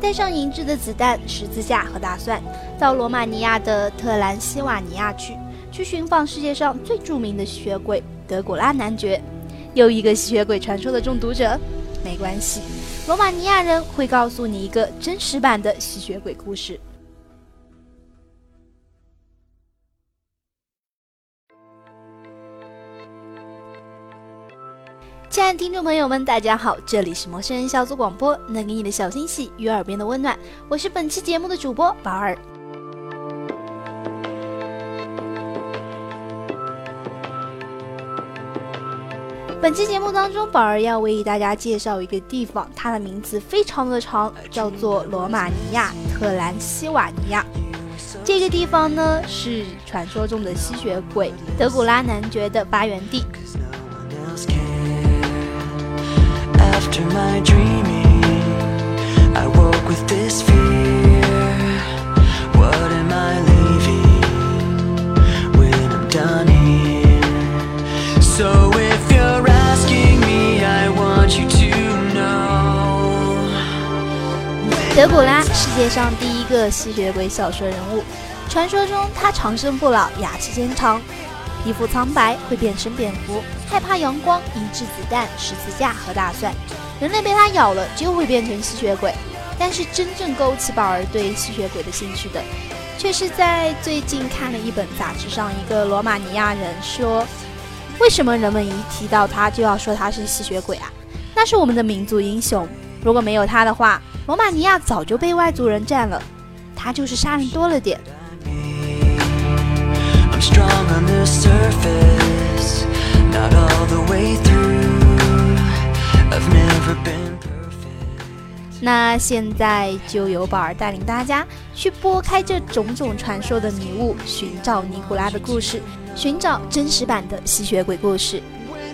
带上银质的子弹、十字架和大蒜，到罗马尼亚的特兰西瓦尼亚去寻访世界上最著名的吸血鬼德古拉男爵。又一个吸血鬼传说的中毒者？没关系，罗马尼亚人会告诉你一个真实版的吸血鬼故事。亲爱的听众朋友们，大家好，这里是陌生人小组广播，能给你的小惊喜与耳边的温暖，我是本期节目的主播宝儿。本期节目当中，宝儿要为大家介绍一个地方，它的名字非常的长，叫做罗马尼亚特兰西瓦尼亚。这个地方呢，是传说中的吸血鬼德古拉男爵的发源地。 After my dreaming, I woke with this fear. What am I leaving when I'm done here? So if you're asking me, I want you to know. 德古拉，世界上第一个吸血鬼小说人物。传说中他长生不老，牙齿尖长，皮肤苍白，会变身蝙蝠，害怕阳光、银质子弹、十字架和大蒜。人类被他咬了就会变成吸血鬼，但是真正勾起宝儿对吸血鬼的兴趣的，却是在最近看了一本杂志上，一个罗马尼亚人说，为什么人们一提到他就要说他是吸血鬼啊？那是我们的民族英雄，如果没有他的话，罗马尼亚早就被外族人占了，他就是杀人多了点。 I'm strong on the surface, not all the way through.I've never been perfect. 那现在就由宝儿带领大家去拨开这种种传说的迷雾，寻找尼古拉的故事，寻找真实版的吸血鬼故事。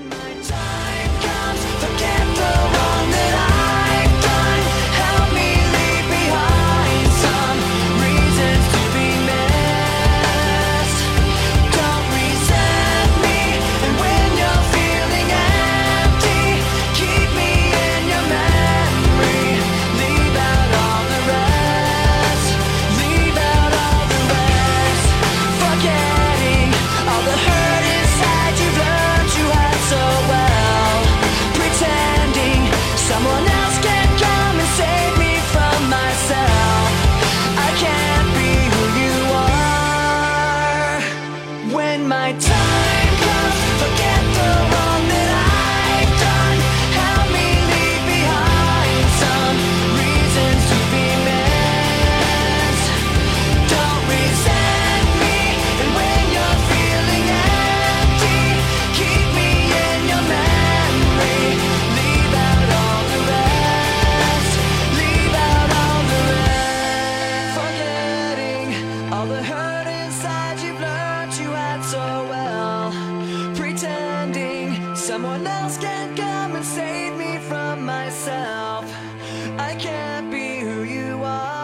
Someone else can come and save me from myself. I can't be who you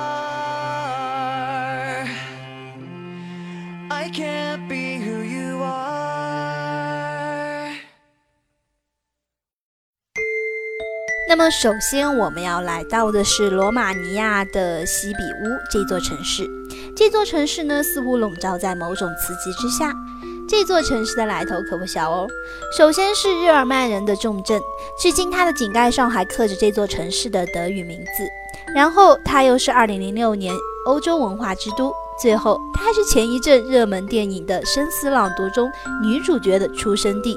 are. I can't be who you are. 那么首先我们要来到的是罗马尼亚的西比乌这座城市。这座城市呢，似乎笼罩在某种磁极之下。这座城市的来头可不小哦。首先是日耳曼人的重镇，至今它的井盖上还刻着这座城市的德语名字。然后它又是2006年欧洲文化之都，最后它还是前一阵热门电影的生死朗读中女主角的出生地。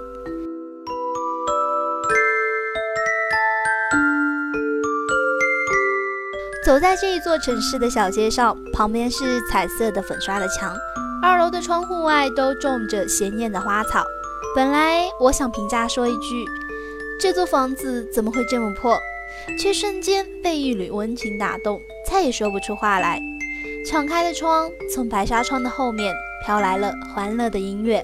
走在这一座城市的小街上，旁边是彩色的粉刷的墙，2楼的窗户外都种着鲜艳的花草。本来我想评价说一句，这座房子怎么会这么破，却瞬间被一缕温情打动，再也说不出话来。敞开的窗，从白纱窗的后面飘来了欢乐的音乐。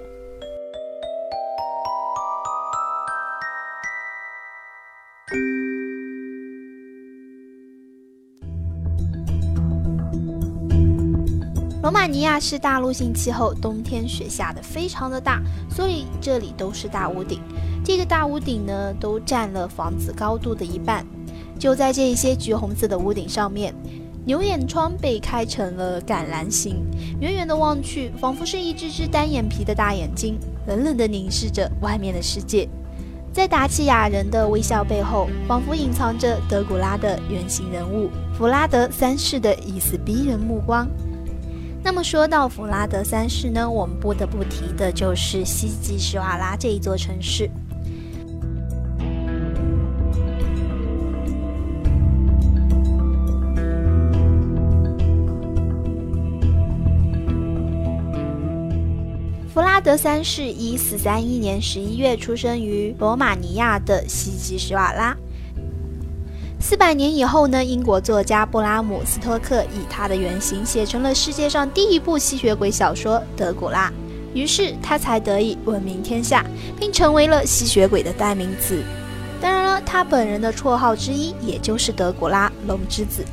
罗马尼亚是大陆性气候，冬天雪下的非常的大，所以这里都是大屋顶。这个大屋顶呢，都占了房子高度的一半。 就在这些橘红色的屋顶上面，牛眼窗被开成了橄榄形，远远的望去，仿佛是一只只单眼皮的大眼睛，冷冷地凝视着外面的世界。在达契亚人的微笑背后，仿佛隐藏着德古拉的原型人物弗拉德三世的疑似逼人目光。那么说到弗拉德三世呢，我们不得不提的就是西吉什瓦拉这一座城市。弗拉德三世1431年11月出生于罗马尼亚的西吉什瓦拉。400年以后呢，英国作家布拉姆斯托克以他的原型写成了世界上第一部吸血鬼小说《德古拉》，于是他才得以闻名天下，并成为了吸血鬼的代名词。当然了，他本人的绰号之一也就是德古拉，龙之子。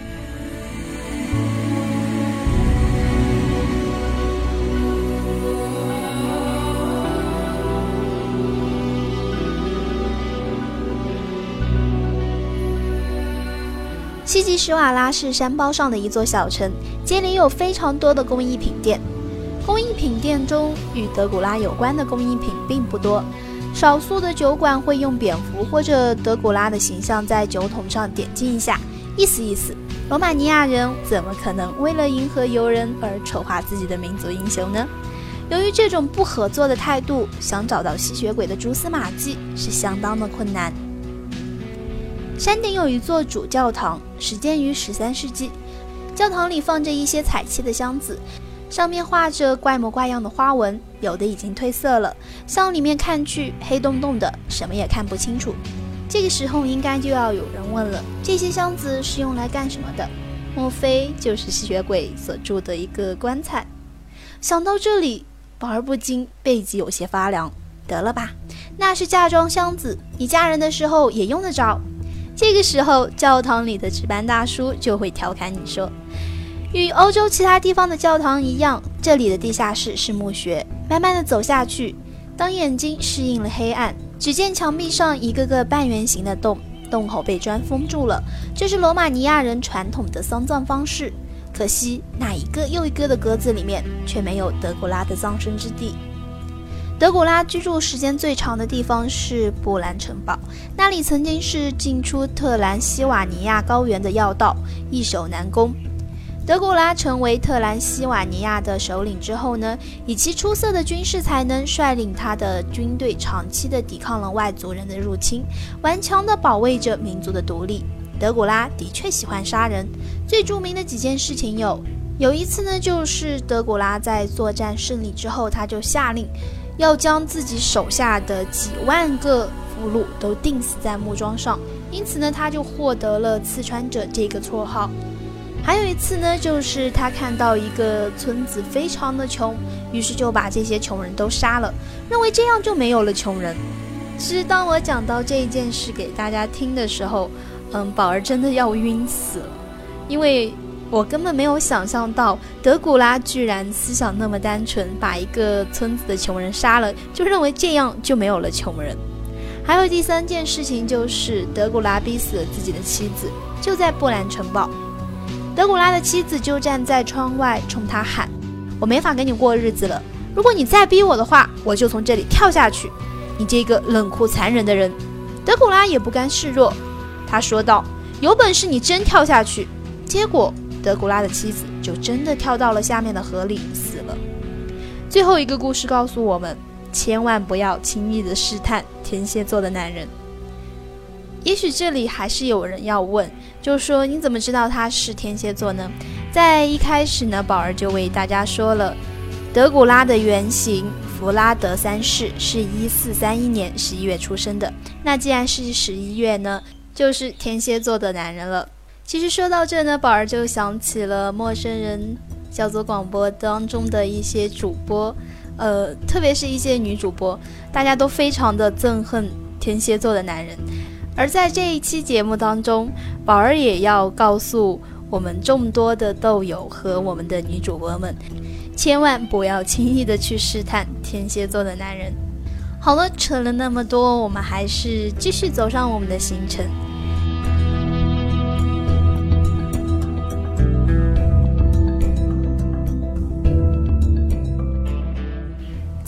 西吉什瓦拉是山包上的一座小城，街里有非常多的工艺品店。工艺品店中与德古拉有关的工艺品并不多，少数的酒馆会用蝙蝠或者德古拉的形象在酒桶上点睛一下，意思意思。罗马尼亚人怎么可能为了迎合游人而丑化自己的民族英雄呢？由于这种不合作的态度，想找到吸血鬼的蛛丝马迹是相当的困难。山顶有一座主教堂，始建于13世纪。教堂里放着一些彩漆的箱子，上面画着怪模怪样的花纹，有的已经褪色了，向里面看去黑洞洞的，什么也看不清楚。这个时候应该就要有人问了，这些箱子是用来干什么的？莫非就是吸血鬼所住的一个棺材？想到这里，宝儿不禁背脊有些发凉。得了吧，那是嫁妆箱子，你嫁人的时候也用得着。这个时候，教堂里的值班大叔就会调侃你说，与欧洲其他地方的教堂一样，这里的地下室是墓穴。慢慢的走下去，当眼睛适应了黑暗，只见墙壁上一个个半圆形的洞，洞口被砖封住了，这是罗马尼亚人传统的丧葬方式。可惜那一个又一个的格子里面却没有德古拉的葬身之地。德古拉居住时间最长的地方是波兰城堡，那里曾经是进出特兰西瓦尼亚高原的要道，易守难攻。德古拉成为特兰西瓦尼亚的首领之后呢，以其出色的军事才能，率领他的军队长期的抵抗了外族人的入侵，顽强地保卫着民族的独立。德古拉的确喜欢杀人，最著名的几件事情有一次呢，就是德古拉在作战胜利之后，他就下令要将自己手下的几万个俘虏都钉死在木桩上，因此呢，他就获得了刺穿者这个绰号。还有一次呢，就是他看到一个村子非常的穷，于是就把这些穷人都杀了，认为这样就没有了穷人。其实当我讲到这件事给大家听的时候，宝儿真的要晕死了，因为我根本没有想象到德古拉居然思想那么单纯，把一个村子的穷人杀了，就认为这样就没有了穷人。还有第三件事情，就是德古拉逼死了自己的妻子，就在波兰城堡。德古拉的妻子就站在窗外冲他喊，我没法跟你过日子了，如果你再逼我的话，我就从这里跳下去，你这个冷酷残忍的人。德古拉也不甘示弱，他说道，有本事你真跳下去。结果德古拉的妻子就真的跳到了下面的河里死了。最后一个故事告诉我们，千万不要轻易的试探天蝎座的男人。也许这里还是有人要问，就是说你怎么知道他是天蝎座呢？在一开始呢，宝儿就为大家说了，德古拉的原型弗拉德三世是1431年11月出生的，那既然是11月呢，就是天蝎座的男人了。其实说到这呢，宝儿就想起了陌生人叫做广播当中的一些主播，特别是一些女主播，大家都非常的憎恨天蝎座的男人。而在这一期节目当中，宝儿也要告诉我们众多的豆友和我们的女主播们，千万不要轻易的去试探天蝎座的男人。好了，扯了那么多，我们还是继续走上我们的行程。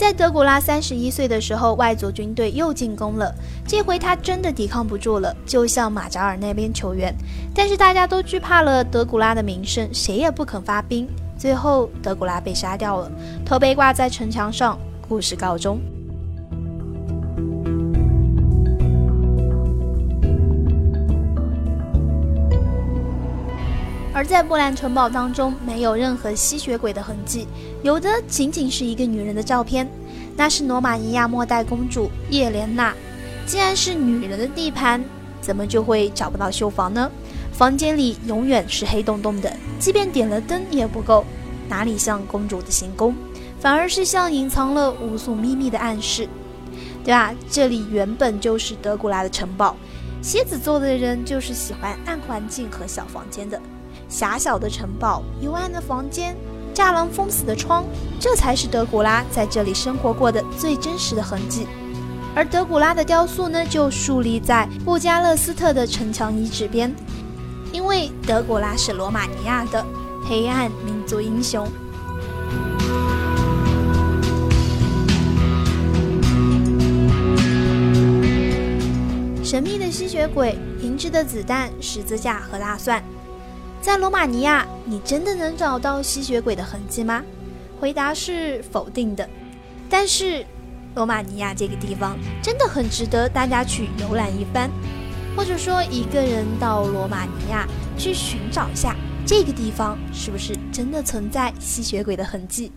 在德古拉31岁的时候，外族军队又进攻了，这回他真的抵抗不住了，就向马扎尔那边求援，但是大家都惧怕了德古拉的名声，谁也不肯发兵，最后德古拉被杀掉了，头被挂在城墙上，故事告终。而在波兰城堡当中，没有任何吸血鬼的痕迹，有的仅仅是一个女人的照片，那是罗马尼亚末代公主叶莲娜。既然是女人的地盘，怎么就会找不到绣房呢？房间里永远是黑洞洞的，即便点了灯也不够，哪里像公主的行宫，反而是像隐藏了无数秘密的暗示，对吧？这里原本就是德古拉的城堡，蝎子座的人就是喜欢暗环境和小房间的。狭小的城堡，幽暗的房间，栅栏封死的窗，这才是德古拉在这里生活过的最真实的痕迹。而德古拉的雕塑呢，就竖立在布加勒斯特的城墙遗址边，因为德古拉是罗马尼亚的黑暗民族英雄。神秘的吸血鬼，银质的子弹，十字架和大蒜。在罗马尼亚，你真的能找到吸血鬼的痕迹吗？回答是否定的。但是罗马尼亚这个地方真的很值得大家去游览一番，或者说一个人到罗马尼亚去寻找一下这个地方是不是真的存在吸血鬼的痕迹。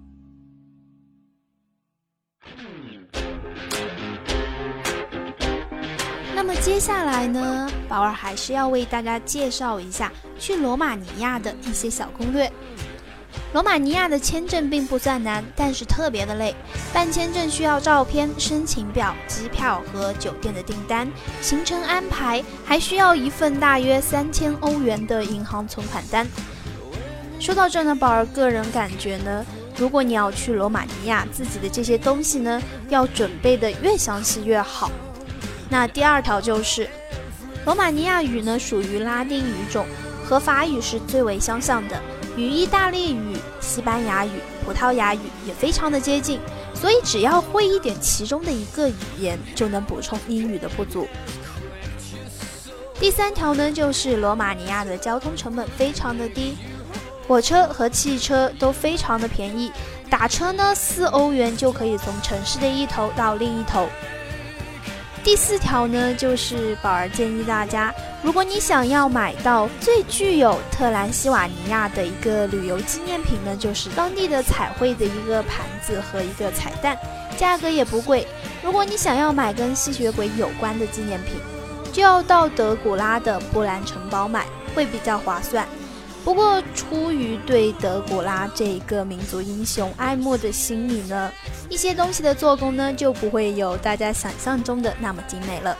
那么接下来呢，宝儿还是要为大家介绍一下去罗马尼亚的一些小攻略。罗马尼亚的签证并不算难，但是特别的累。办签证需要照片、申请表、机票和酒店的订单、行程安排，还需要一份大约3000欧元的银行存款单。说到这呢，宝儿个人感觉呢，如果你要去罗马尼亚，自己的这些东西呢，要准备的越详细越好。那第二条就是，罗马尼亚语呢属于拉丁语种，和法语是最为相像的，与意大利语、西班牙语、葡萄牙语也非常的接近，所以只要会一点其中的一个语言，就能补充英语的不足。第三条呢，就是罗马尼亚的交通成本非常的低，火车和汽车都非常的便宜，打车呢4欧元就可以从城市的一头到另一头。第四条呢，就是宝儿建议大家，如果你想要买到最具有特兰西瓦尼亚的一个旅游纪念品呢，就是当地的彩绘的一个盘子和一个彩蛋，价格也不贵。如果你想要买跟吸血鬼有关的纪念品，就要到德古拉的波兰城堡买，会比较划算。不过出于对德古拉这个民族英雄爱慕的心理呢，一些东西的做工呢就不会有大家想象中的那么精美了。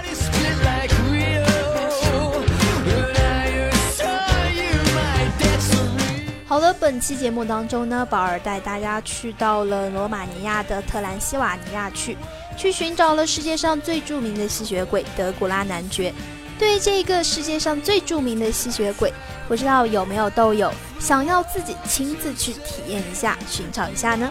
好了，本期节目当中呢，宝儿带大家去到了罗马尼亚的特兰西瓦尼亚去寻找了世界上最著名的吸血鬼德古拉男爵。对于这个世界上最著名的吸血鬼，不知道有没有豆友想要自己亲自去体验一下，寻找一下呢？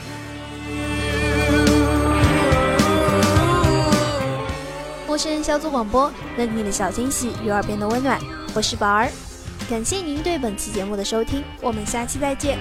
陌生人小组广播，让你的小惊喜与耳边的温暖。我是宝儿，感谢您对本期节目的收听，我们下期再见。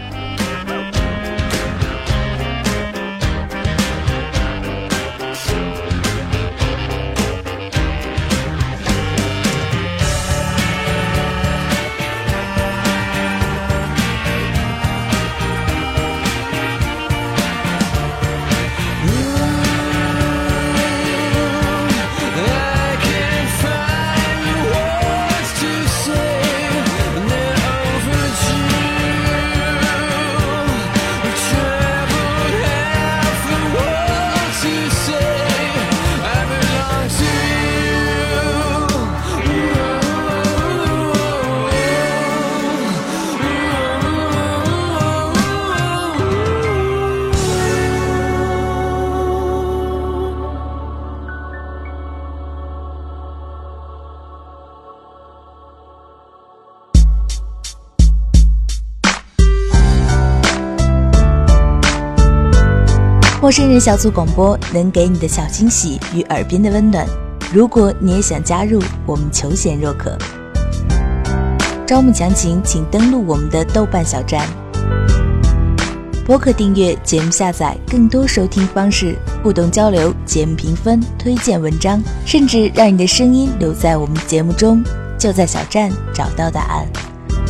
陌生人小组广播能给你的小惊喜与耳边的温暖。如果你也想加入，我们求贤若渴。招募详情请登录我们的豆瓣小站。播客订阅、节目下载、更多收听方式、互动交流、节目评分、推荐文章，甚至让你的声音留在我们节目中，就在小站找到答案。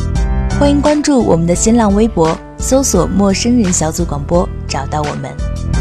欢迎关注我们的新浪微博，搜索陌生人小组广播，找到我们。